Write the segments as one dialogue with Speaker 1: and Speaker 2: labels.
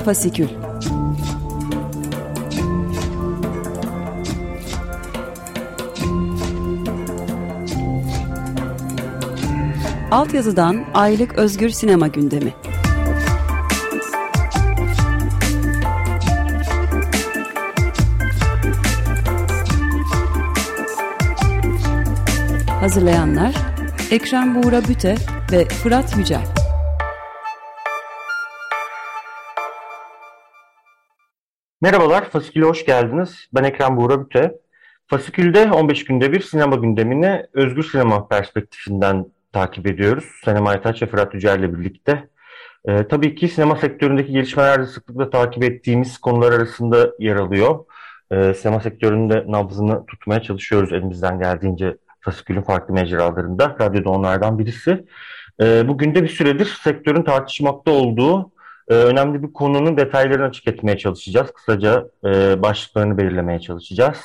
Speaker 1: Fasikül. Altyazıdan aylık özgür sinema gündemi. Hazırlayanlar Ekrem Buğra Büte ve Fırat Yücel.
Speaker 2: Merhabalar, Fasikül'e hoş geldiniz. Ben Ekrem Buğra Büte. Fasikül'de 15 günde bir sinema gündemini özgür sinema perspektifinden takip ediyoruz. Senem Aytaç ve Fırat Yücel ile birlikte. Tabii ki sinema sektöründeki gelişmeler de sıklıkla takip ettiğimiz konular arasında yer alıyor. Sinema sektöründe nabzını tutmaya çalışıyoruz elimizden geldiğince Fasikül'ün farklı mecralarında. Radyoda onlardan birisi. Bugün de bir süredir sektörün tartışmakta olduğu önemli bir konunun detaylarını açık etmeye çalışacağız. Kısaca başlıklarını belirlemeye çalışacağız.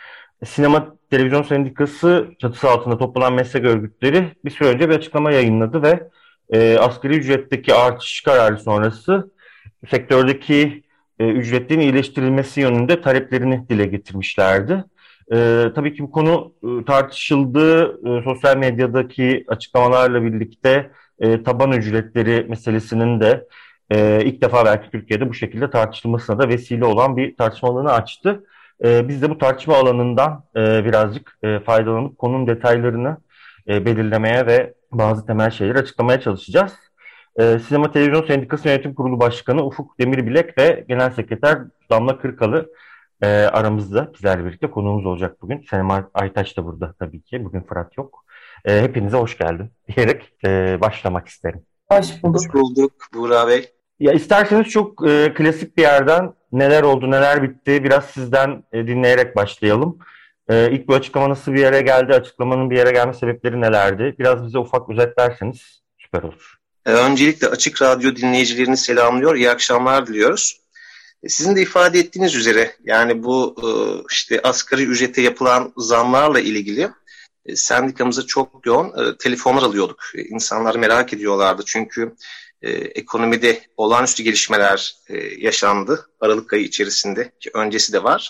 Speaker 2: Sinema Televizyon Sendikası çatısı altında toplanan meslek örgütleri bir süre önce bir açıklama yayınladı ve asgari ücretteki artış kararı sonrası sektördeki ücretlerin iyileştirilmesi yönünde taleplerini dile getirmişlerdi. Tabii ki bu konu tartışıldı. Sosyal medyadaki açıklamalarla birlikte taban ücretleri meselesinin de ilk defa belki Türkiye'de bu şekilde tartışılmasına da vesile olan bir tartışma alanı açtı. Biz de bu tartışma alanından birazcık faydalanıp konunun detaylarını belirlemeye ve bazı temel şeyleri açıklamaya çalışacağız. Sinema Televizyon Sendikası Yönetim Kurulu Başkanı Ufuk Demirbilek ve Genel Sekreter Damla Kırkalı aramızda bizlerle birlikte konuğumuz olacak bugün. Senem Aytaç da burada tabii ki. Bugün Fırat yok. Hepinize hoş geldin diyerek başlamak isterim.
Speaker 3: Hoş bulduk.
Speaker 4: Hoş bulduk Buğra Bey.
Speaker 2: Ya isterseniz çok klasik bir yerden neler oldu, neler bitti biraz sizden dinleyerek başlayalım. İlk bu açıklama nasıl bir yere geldi, açıklamanın bir yere gelme sebepleri nelerdi? Biraz bize ufak özetlerseniz süper olur.
Speaker 4: Öncelikle Açık Radyo dinleyicilerini selamlıyor, iyi akşamlar diliyoruz. Sizin de ifade ettiğiniz üzere yani bu işte asgari ücrete yapılan zamlarla ilgili sendikamıza çok yoğun telefonlar alıyorduk. İnsanlar merak ediyorlardı çünkü ekonomide olağanüstü gelişmeler yaşandı Aralık ayı içerisinde ki öncesi de var.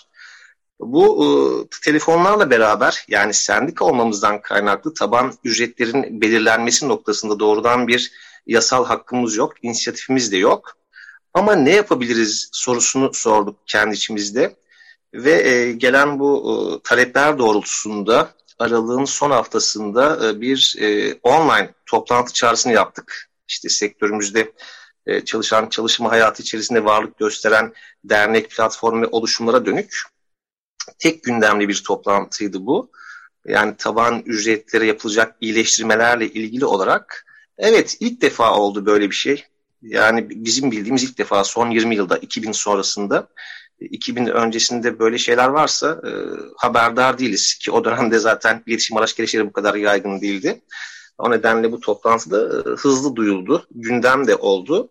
Speaker 4: Bu telefonlarla beraber yani sendika olmamızdan kaynaklı taban ücretlerin belirlenmesi noktasında doğrudan bir yasal hakkımız yok, inisiyatifimiz de yok. Ama ne yapabiliriz sorusunu sorduk kendi içimizde ve gelen bu talepler doğrultusunda Aralık'ın son haftasında bir online toplantı çağrısını yaptık. İşte sektörümüzde çalışan, çalışma hayatı içerisinde varlık gösteren dernek, platform ve oluşumlara dönük tek gündemli bir toplantıydı bu. Yani taban ücretlere yapılacak iyileştirmelerle ilgili olarak evet ilk defa oldu böyle bir şey. Yani bizim bildiğimiz ilk defa son 20 yılda 2000 sonrasında 2000 öncesinde böyle şeyler varsa haberdar değiliz ki o dönemde zaten iletişim araç gereçleri bu kadar yaygın değildi. O nedenle bu toplantıda hızlı duyuldu. Gündem de oldu.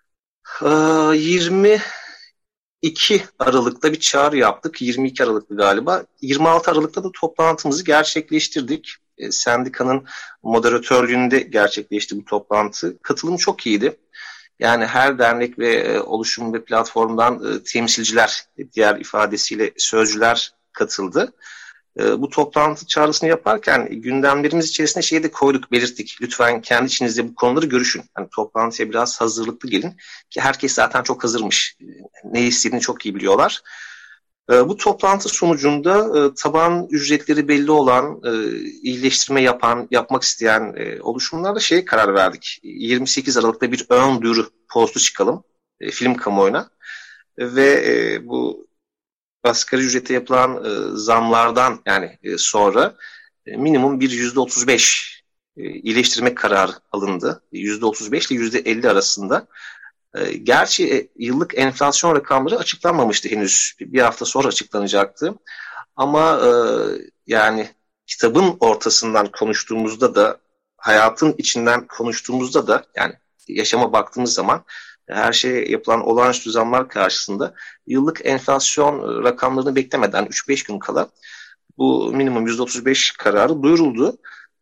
Speaker 4: 22 Aralık'ta bir çağrı yaptık. 22 Aralık'ta galiba. 26 Aralık'ta da toplantımızı gerçekleştirdik. Sendikanın moderatörlüğünde gerçekleşti bu toplantı. Katılım çok iyiydi. Yani her dernek ve oluşum ve platformdan temsilciler, diğer ifadesiyle sözcüler katıldı. Bu toplantı çağrısını yaparken gündemlerimiz içerisinde şeyi de koyduk, belirttik. Lütfen kendi içinizde bu konuları görüşün. Yani toplantıya biraz hazırlıklı gelin ki herkes zaten çok hazırmış. Ne istediğini çok iyi biliyorlar. Bu toplantı sonucunda taban ücretleri belli olan, iyileştirme yapmak isteyen oluşumlarla şeye karar verdik. 28 Aralık'ta bir ön duyuru postu çıkalım film kamuoyuna ve bu asgari ücrete yapılan zamlardan yani sonra minimum bir %35 iyileştirme kararı alındı. %35 ile %50 arasında. Gerçi yıllık enflasyon rakamları açıklanmamıştı henüz. Bir hafta sonra açıklanacaktı. Ama yani kitabın ortasından konuştuğumuzda da hayatın içinden konuştuğumuzda da yani yaşama baktığımız zaman her şeye yapılan olağanüstü zamlar karşısında yıllık enflasyon rakamlarını beklemeden 3-5 gün kala bu minimum %35 kararı duyuruldu.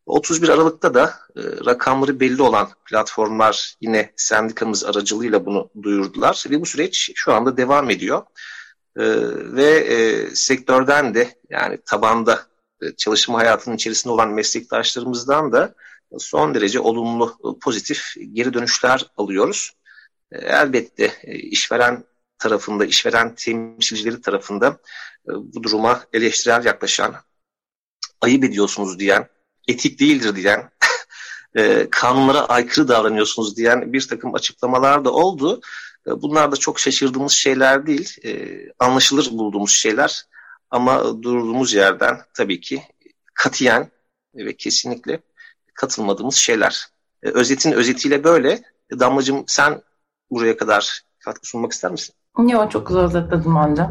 Speaker 4: 31 Aralık'ta da rakamları belli olan platformlar yine sendikamız aracılığıyla bunu duyurdular ve bu süreç şu anda devam ediyor. Ve sektörden de yani tabanda çalışma hayatının içerisinde olan meslektaşlarımızdan da son derece olumlu, pozitif geri dönüşler alıyoruz. Elbette işveren tarafında, işveren temsilcileri tarafında bu duruma eleştirel yaklaşan, ayıp ediyorsunuz diyen, etik değildir diyen, kanunlara aykırı davranıyorsunuz diyen bir takım açıklamalar da oldu. Bunlar da çok şaşırdığımız şeyler değil, anlaşılır bulduğumuz şeyler ama durduğumuz yerden tabii ki katiyen ve kesinlikle katılmadığımız şeyler. Özetin özetiyle böyle. Damlacığım sen buraya kadar katkı sunmak ister misin?
Speaker 3: Yok, çok güzel özetledim bence.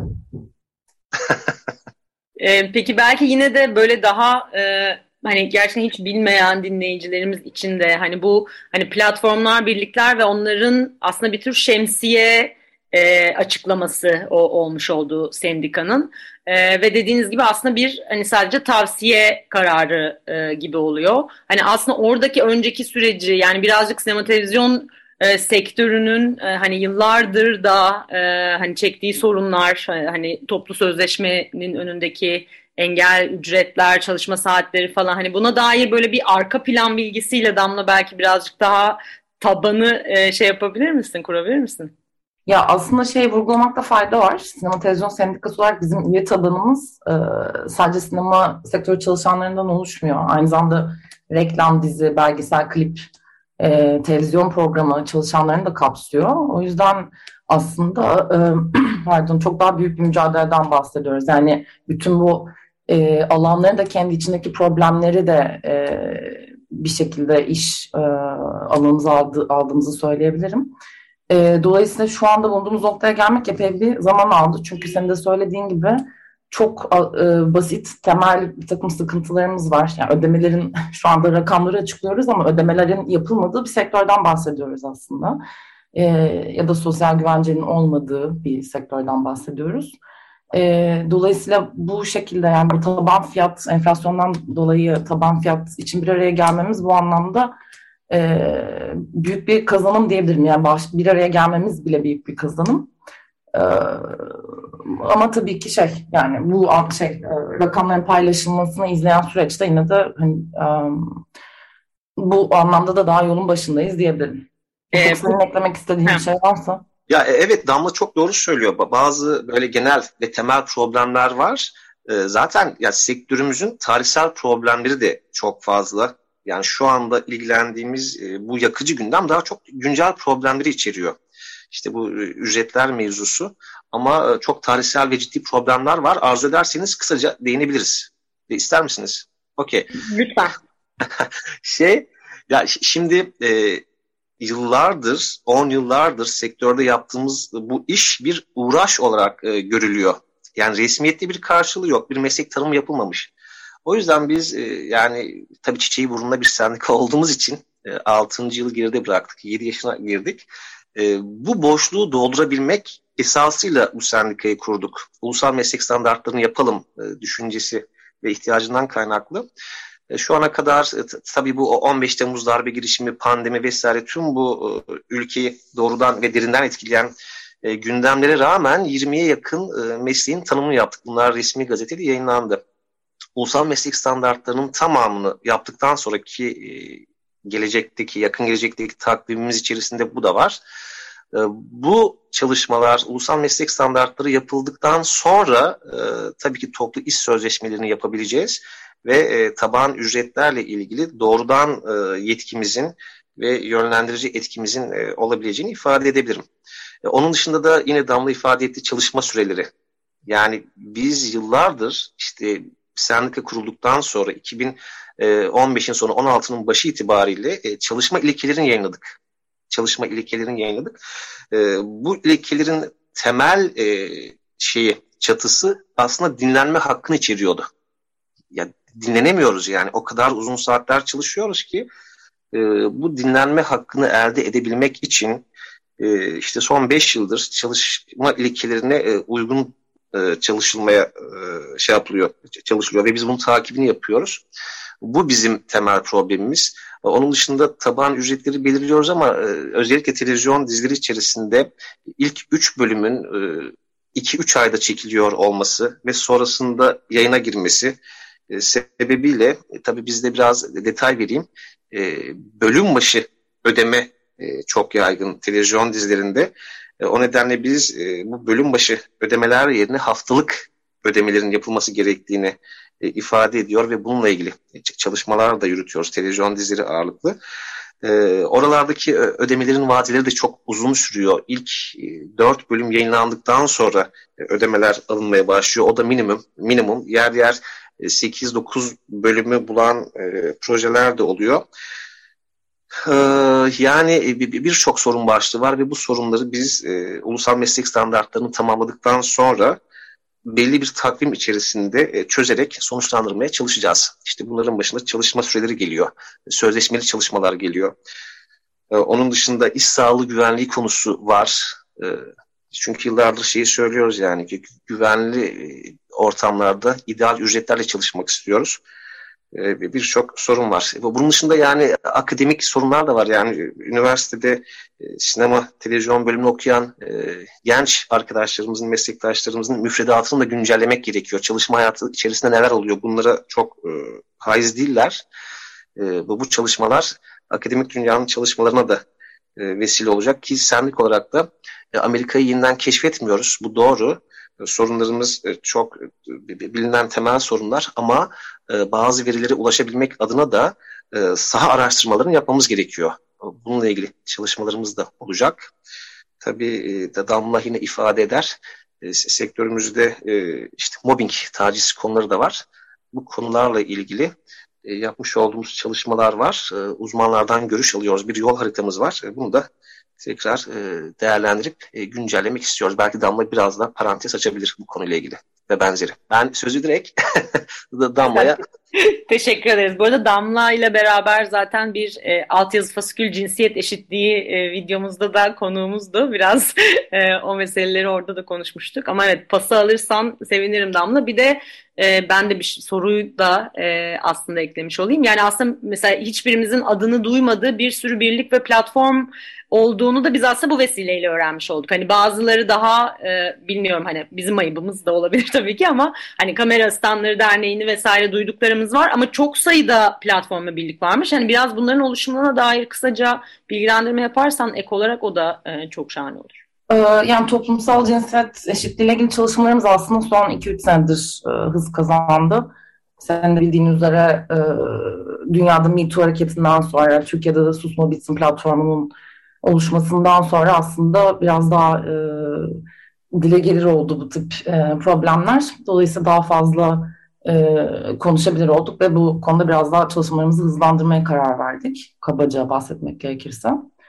Speaker 5: Peki belki yine de böyle daha hani gerçekten hiç bilmeyen dinleyicilerimiz için de hani bu hani platformlar, birlikler ve onların aslında bir tür şemsiye açıklaması olmuş oldu sendikanın. Ve dediğiniz gibi aslında bir hani sadece tavsiye kararı gibi oluyor. Hani aslında oradaki önceki süreci yani birazcık sinema televizyon sektörünün hani yıllardır da hani çektiği sorunlar, hani toplu sözleşmenin önündeki engel, ücretler, çalışma saatleri falan hani buna dair böyle bir arka plan bilgisiyle Damla belki birazcık daha tabanı şey yapabilir misin, kurabilir misin?
Speaker 3: Ya aslında vurgulamakta fayda var. Sinema Televizyon Sendikası olarak bizim üye tabanımız sadece sinema sektörü çalışanlarından oluşmuyor. Aynı zamanda reklam, dizi, belgesel, klip, televizyon programı çalışanlarını da kapsıyor. O yüzden aslında pardon, çok daha büyük bir mücadeleden bahsediyoruz. Yani bütün bu alanların da kendi içindeki problemleri de bir şekilde iş alanımıza aldığımızı söyleyebilirim. Dolayısıyla şu anda bulunduğumuz noktaya gelmek epey bir zaman aldı. Çünkü senin de söylediğin gibi çok basit, temel bir takım sıkıntılarımız var. Yani ödemelerin, şu anda rakamları açıklıyoruz ama ödemelerin yapılmadığı bir sektörden bahsediyoruz aslında. Ya da sosyal güvencenin olmadığı bir sektörden bahsediyoruz. Dolayısıyla bu şekilde yani bu taban fiyat, enflasyondan dolayı taban fiyat için bir araya gelmemiz bu anlamda büyük bir kazanım diyebilirim. Yani bir araya gelmemiz bile büyük bir kazanım. Ama tabii ki yani bu rakamların paylaşılmasını izleyen süreçte yine de hani, bu anlamda da daha yolun başındayız diyebilirim. Senin eklemek istediğin bir şey varsa.
Speaker 4: Ya evet, Damla çok doğru söylüyor. Bazı böyle genel ve temel problemler var. Zaten ya sektörümüzün tarihsel problemleri de çok fazla. Yani şu anda ilgilendiğimiz bu yakıcı gündem daha çok güncel problemleri içeriyor. İşte bu ücretler mevzusu ama çok tarihsel ve ciddi problemler var. Arzu ederseniz kısaca değinebiliriz. İster misiniz? Okey.
Speaker 5: Lütfen.
Speaker 4: Şimdi yıllardır, 10 yıllardır sektörde yaptığımız bu iş bir uğraş olarak görülüyor. Yani resmiyetli bir karşılığı yok. Bir meslek tanımı yapılmamış. O yüzden biz yani tabii çiçeği burnunda bir sendika olduğumuz için 6. yılı geride bıraktık. 7 yaşına girdik. Bu boşluğu doldurabilmek esasıyla bu sendikayı kurduk. Ulusal meslek standartlarını yapalım düşüncesi ve ihtiyacından kaynaklı. Şu ana kadar tabii bu 15 Temmuz darbe girişimi, pandemi vesaire tüm bu ülkeyi doğrudan ve derinden etkileyen gündemlere rağmen 20'ye yakın mesleğin tanımını yaptık. Bunlar resmi gazetede yayınlandı. Ulusal meslek standartlarının tamamını yaptıktan sonraki yakın gelecekteki takvimimiz içerisinde bu da var. Bu çalışmalar, ulusal meslek standartları yapıldıktan sonra tabii ki toplu iş sözleşmelerini yapabileceğiz ve taban ücretlerle ilgili doğrudan yetkimizin ve yönlendirici etkimizin olabileceğini ifade edebilirim. Onun dışında da yine Damla ifade ettiği çalışma süreleri. Yani biz yıllardır işte sendika kurulduktan sonra 2015'in sonu 16'nın başı itibariyle çalışma ilkelerini yayınladık. Bu ilkelerin temel çatısı aslında dinlenme hakkını içeriyordu. Ya dinlenemiyoruz yani o kadar uzun saatler çalışıyoruz ki bu dinlenme hakkını elde edebilmek için işte son 5 yıldır çalışma ilkelerine uygun çalışılıyor ve biz bunun takibini yapıyoruz. Bu bizim temel problemimiz. Onun dışında taban ücretleri belirliyoruz ama özellikle televizyon dizileri içerisinde ilk 3 bölümün 2-3 ayda çekiliyor olması ve sonrasında yayına girmesi sebebiyle tabii bizde biraz detay vereyim. Bölüm başı ödeme çok yaygın televizyon dizilerinde. O nedenle biz bu bölüm başı ödemeler yerine haftalık ödemelerin yapılması gerektiğini ifade ediyor ve bununla ilgili çalışmalar da yürütüyoruz, televizyon dizileri ağırlıklı. Oralardaki ödemelerin vadeleri de çok uzun sürüyor. İlk 4 bölüm yayınlandıktan sonra ödemeler alınmaya başlıyor. O da minimum yer yer 8-9 bölümü bulan projeler de oluyor. Yani birçok sorun başlığı var ve bu sorunları biz ulusal meslek standartlarını tamamladıktan sonra belli bir takvim içerisinde çözerek sonuçlandırmaya çalışacağız. İşte bunların başında çalışma süreleri geliyor, sözleşmeli çalışmalar geliyor. Onun dışında iş sağlığı güvenliği konusu var. Çünkü yıllardır şeyi söylüyoruz yani ki güvenli ortamlarda ideal ücretlerle çalışmak istiyoruz. Birçok sorun var. Bunun dışında yani akademik sorunlar da var. Yani üniversitede sinema, televizyon bölümünü okuyan genç arkadaşlarımızın, meslektaşlarımızın müfredatını da güncellemek gerekiyor. Çalışma hayatı içerisinde neler oluyor? Bunlara çok haiz değiller. Bu çalışmalar akademik dünyanın çalışmalarına da vesile olacak ki sendik olarak da Amerika'yı yeniden keşfetmiyoruz. Bu doğru. Sorunlarımız çok bilinen temel sorunlar ama bazı verilere ulaşabilmek adına da saha araştırmalarını yapmamız gerekiyor. Bununla ilgili çalışmalarımız da olacak. Tabii Damla yine ifade eder. Sektörümüzde işte mobbing, taciz konuları da var. Bu konularla ilgili yapmış olduğumuz çalışmalar var. Uzmanlardan görüş alıyoruz. Bir yol haritamız var. Bunu da tekrar değerlendirip güncellemek istiyoruz. Belki Damla biraz daha parantez açabilir bu konuyla ilgili ve benzeri. Ben sözü direkt Damla'ya...
Speaker 5: Teşekkür ederiz. Bu arada Damla ile beraber zaten bir altyazı fasikül cinsiyet eşitliği videomuzda da konuğumuzdu. Biraz o meseleleri orada da konuşmuştuk. Ama evet, pası alırsan sevinirim Damla. Bir de ben de bir soruyu da aslında eklemiş olayım. Yani aslında mesela hiçbirimizin adını duymadığı bir sürü birlik ve platform olduğunu da biz aslında bu vesileyle öğrenmiş olduk. Hani bazıları daha bilmiyorum, hani bizim ayıbımız da olabilir tabii ki ama hani Kamera Asistanları Derneği'ni vesaire duyduklarımız var ama çok sayıda platform ve birlik varmış. Hani biraz bunların oluşumuna dair kısaca bilgilendirme yaparsan ek olarak o da çok şahane olur.
Speaker 3: Yani toplumsal cinsiyet eşitliğiyle ilgili çalışmalarımız aslında son 2-3 senedir hız kazandı. Senin de bildiğin üzere dünyada Me Too hareketinden sonra, Türkiye'de de Susma Bitsin platformunun oluşmasından sonra aslında biraz daha dile gelir oldu bu tip problemler. Dolayısıyla daha fazla konuşabilir olduk ve bu konuda biraz daha çalışmalarımızı hızlandırmaya karar verdik. Kabaca bahsetmek gerekirse.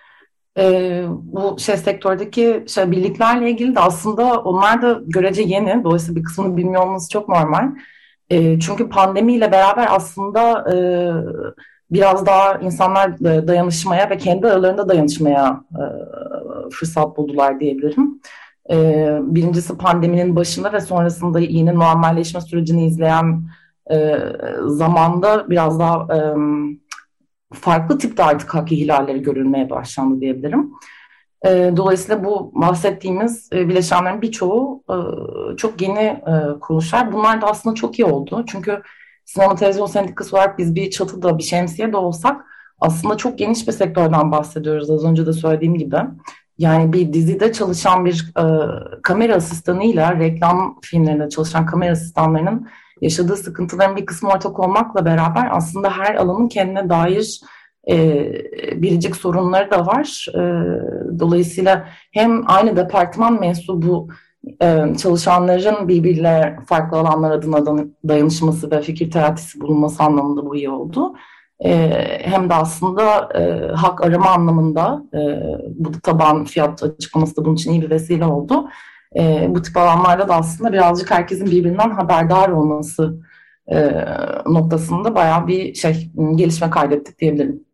Speaker 3: Bu sektördeki birliklerle ilgili de aslında onlar da görece yeni. Dolayısıyla bir kısmını bilmiyor olması çok normal. Çünkü pandemiyle beraber aslında biraz daha insanlar dayanışmaya ve kendi aralarında dayanışmaya fırsat buldular diyebilirim. Birincisi pandeminin başında ve sonrasında yeni normalleşme sürecini izleyen zamanda biraz daha farklı tipte artık hak ihlalleri görülmeye başlandı diyebilirim. Dolayısıyla bu bahsettiğimiz bileşenlerin birçoğu çok yeni kuruluşlar. Bunlar da aslında çok iyi oldu. Çünkü sinema televizyon sendikası olarak biz bir çatıda, bir şemsiye de olsak aslında çok geniş bir sektörden bahsediyoruz az önce de söylediğim gibi. Yani bir dizide çalışan bir kamera asistanıyla reklam filmlerinde çalışan kamera asistanlarının yaşadığı sıkıntıların bir kısmı ortak olmakla beraber aslında her alanın kendine dair biricik sorunları da var. Dolayısıyla hem aynı departman mensubu çalışanların birbiriyle farklı alanlar adına dayanışması ve fikir teatisi bulunması anlamında bu iyi oldu. Hem de aslında hak arama anlamında bu taban fiyat açıklaması da bunun için iyi bir vesile oldu. Bu tip alanlarda da aslında birazcık herkesin birbirinden haberdar olması noktasında bayağı bir gelişme kaydettik diyebilirim.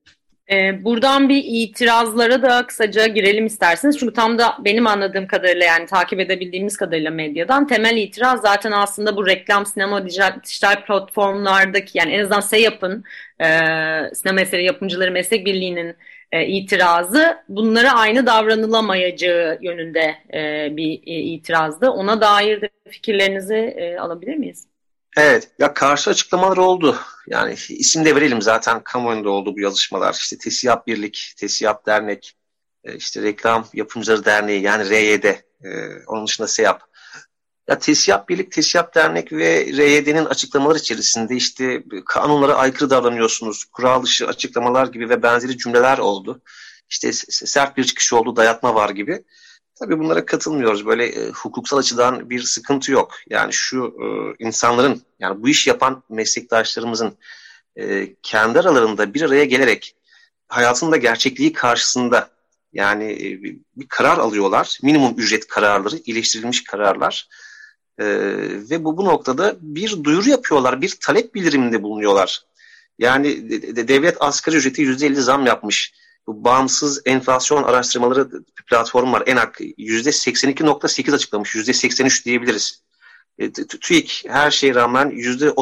Speaker 5: Buradan bir itirazlara da kısaca girelim isterseniz. Çünkü tam da benim anladığım kadarıyla, yani takip edebildiğimiz kadarıyla medyadan temel itiraz zaten aslında bu reklam, sinema, dijital platformlardaki, yani en azından SEYAP'ın, Sinema Eseri Yapımcıları Meslek Birliği'nin itirazı bunlara aynı davranılamayacağı yönünde bir itirazdı. Ona dair de fikirlerinizi alabilir miyiz?
Speaker 4: Evet, ya karşı açıklamalar oldu. Yani isim de verelim, zaten kamuoyunda oldu bu yazışmalar. İşte TESİAP Birlik, TESİAP Dernek, işte Reklam Yapımcıları Derneği yani RYD, onun dışında SEYAP. Ya TESİAP Birlik, TESİAP Dernek ve RYD'nin açıklamalar içerisinde işte kanunlara aykırı davranıyorsunuz, kural dışı açıklamalar gibi ve benzeri cümleler oldu. İşte sert bir çıkış oldu, dayatma var gibi. Tabii bunlara katılmıyoruz. Böyle hukuksal açıdan bir sıkıntı yok. Yani şu insanların, yani bu iş yapan meslektaşlarımızın kendi aralarında bir araya gelerek hayatında gerçekliği karşısında yani bir karar alıyorlar. Minimum ücret kararları, iyileştirilmiş kararlar. Ve bu noktada bir duyuru yapıyorlar, bir talep bildiriminde bulunuyorlar. Yani devlet asgari ücreti %50 zam yapmış. Bu bağımsız enflasyon araştırmaları platformu var. ENAK %82.8 açıklamış. %83 diyebiliriz. TÜİK her şeye rağmen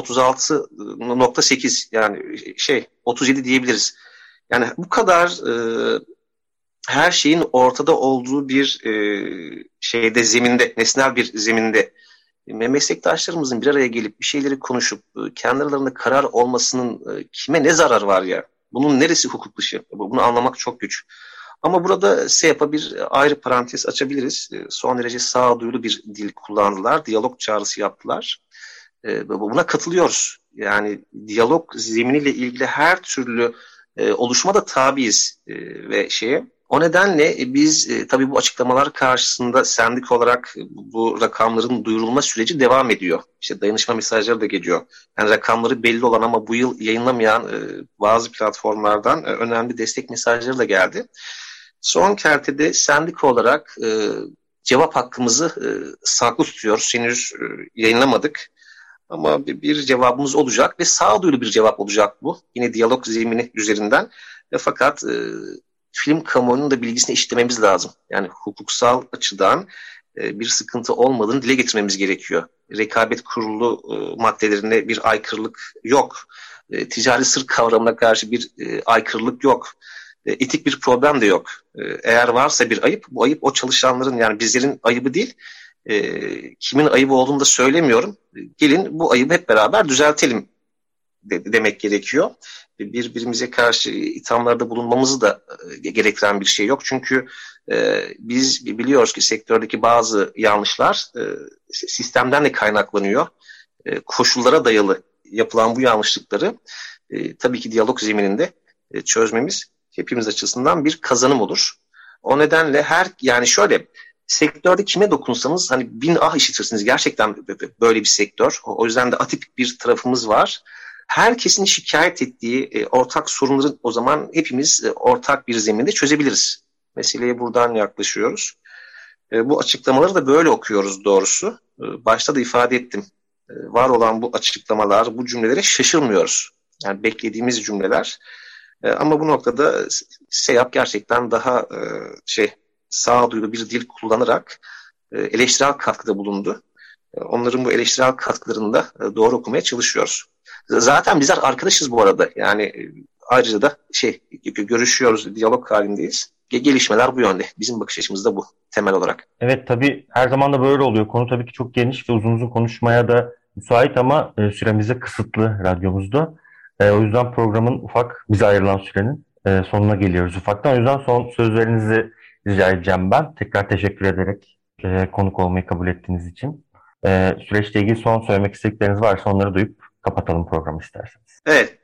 Speaker 4: %36.8 yani 37 diyebiliriz. Yani bu kadar her şeyin ortada olduğu bir zeminde, nesnel bir zeminde meslektaşlarımızın bir araya gelip bir şeyleri konuşup kendi aralarında karar olmasının kime ne zararı var ya? Bunun neresi hukuk dışı? Bunu anlamak çok güç. Ama burada SEYAP'a bir ayrı parantez açabiliriz. Son derece sağduyulu bir dil kullandılar. Diyalog çağrısı yaptılar. Buna katılıyoruz. Yani diyalog zeminiyle ilgili her türlü oluşuma da tabiiz ve O nedenle biz tabii bu açıklamalar karşısında sendik olarak bu rakamların duyurulma süreci devam ediyor. İşte dayanışma mesajları da geliyor. Yani rakamları belli olan ama bu yıl yayınlamayan bazı platformlardan önemli destek mesajları da geldi. Son kertede sendik olarak cevap hakkımızı saklı tutuyoruz. Henüz yayınlamadık. Ama bir cevabımız olacak ve sağduyulu bir cevap olacak bu. Yine diyalog zemini üzerinden. Fakat film kamuoyunun da bilgisini eşitlememiz lazım. Yani hukuksal açıdan bir sıkıntı olmadığını dile getirmemiz gerekiyor. Rekabet kurulu maddelerine bir aykırılık yok. Ticari sır kavramına karşı bir aykırılık yok. Etik bir problem de yok. Eğer varsa bir ayıp, bu ayıp o çalışanların, yani bizlerin ayıbı değil. Kimin ayıbı olduğunu da söylemiyorum. Gelin bu ayıbı hep beraber düzeltelim demek gerekiyor. Birbirimize karşı ithamlarda bulunmamızı da gerektiren bir şey yok. Çünkü biz biliyoruz ki sektördeki bazı yanlışlar sistemden de kaynaklanıyor. Koşullara dayalı yapılan bu yanlışlıkları tabii ki diyalog zemininde çözmemiz hepimiz açısından bir kazanım olur. O nedenle sektörde kime dokunsanız hani bin ah işitirsiniz. Gerçekten böyle bir sektör. O yüzden de atipik bir tarafımız var. Herkesin şikayet ettiği ortak sorunları o zaman hepimiz ortak bir zeminde çözebiliriz. Meseleye buradan yaklaşıyoruz. Bu açıklamaları da böyle okuyoruz doğrusu. Başta da ifade ettim. Var olan bu açıklamalar, bu cümlelere şaşırmıyoruz. Yani beklediğimiz cümleler. Ama bu noktada SEYAP gerçekten daha sağduyulu bir dil kullanarak eleştirel katkıda bulundu. Onların bu eleştirel katkılarını da doğru okumaya çalışıyoruz. Zaten bizler arkadaşız bu arada. Yani ayrıca da görüşüyoruz, diyalog halindeyiz. Gelişmeler bu yönde. Bizim bakış açımız da bu temel olarak.
Speaker 2: Evet, tabii her zaman da böyle oluyor. Konu tabii ki çok geniş ve uzun uzun konuşmaya da müsait ama süremiz de kısıtlı radyomuzda. O yüzden programın bize ayrılan sürenin sonuna geliyoruz ufaktan. O yüzden son sözlerinizi rica edeceğim ben. Tekrar teşekkür ederek konuk olmayı kabul ettiğiniz için. Süreçle ilgili son söylemek istedikleriniz varsa onları duyup kapatalım programı isterseniz.
Speaker 4: Evet.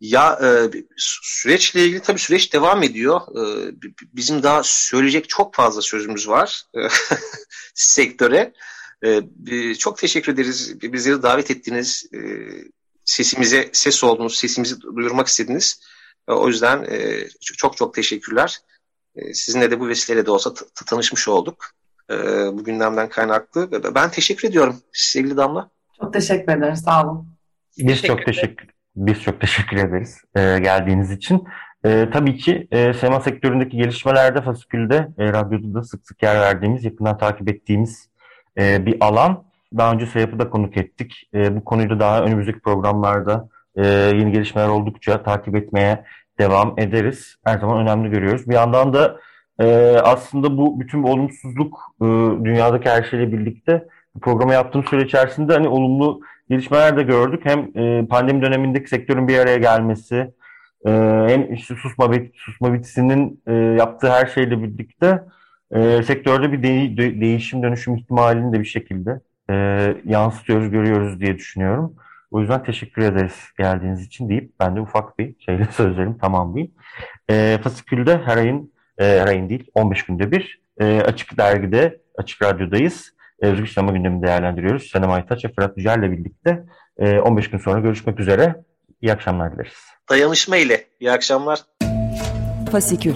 Speaker 4: Süreçle ilgili tabii süreç devam ediyor. Bizim daha söyleyecek çok fazla sözümüz var sektöre. Çok teşekkür ederiz. Bizleri davet ettiniz. Sesimize ses oldunuz. Sesimizi duyurmak istediniz. O yüzden çok çok teşekkürler. Sizinle de bu vesileyle de olsa tanışmış olduk. Bu gündemden kaynaklı. Ben teşekkür ediyorum sevgili Damla.
Speaker 3: Çok teşekkür ederiz. Sağ olun.
Speaker 2: Biz çok teşekkür ederiz geldiğiniz için. Tabii ki sinema sektöründeki gelişmelerde Fasikül'de radyoda da sık sık yer verdiğimiz, yakından takip ettiğimiz bir alan. Daha önce SEYAP'ı konuk ettik. Bu konuyu da daha önümüzdeki programlarda yeni gelişmeler oldukça takip etmeye devam ederiz. Her zaman önemli görüyoruz. Bir yandan da aslında bu bütün bu olumsuzluk dünyadaki her şeyle birlikte programı yaptığım süre içerisinde hani olumlu gelişmeler de gördük. Hem pandemi dönemindeki sektörün bir araya gelmesi, hem işte Susma Bitisi'nin yaptığı her şeyle birlikte sektörde bir değişim dönüşüm ihtimalini de bir şekilde yansıtıyoruz, görüyoruz diye düşünüyorum. O yüzden teşekkür ederiz geldiğiniz için deyip ben de ufak bir şeyle sözlerimi tamamlayayım. Fasikül'de her ayın değil 15 günde bir Açık Dergi'de, Açık Radyo'dayız. Özgür sinema gündemini değerlendiriyoruz. Senem Aytaç ve Fırat Yücel'le birlikte 15 gün sonra görüşmek üzere. İyi akşamlar dileriz.
Speaker 4: Dayanışma ile. İyi akşamlar.
Speaker 1: Fasikül.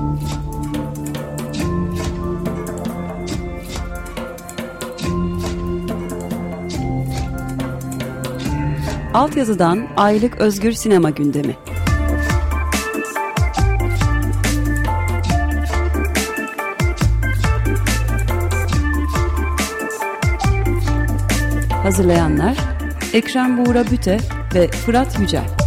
Speaker 1: Altyazıdan aylık özgür sinema gündemi. Hazırlayanlar Ekrem Buğra Büte ve Fırat Yücel.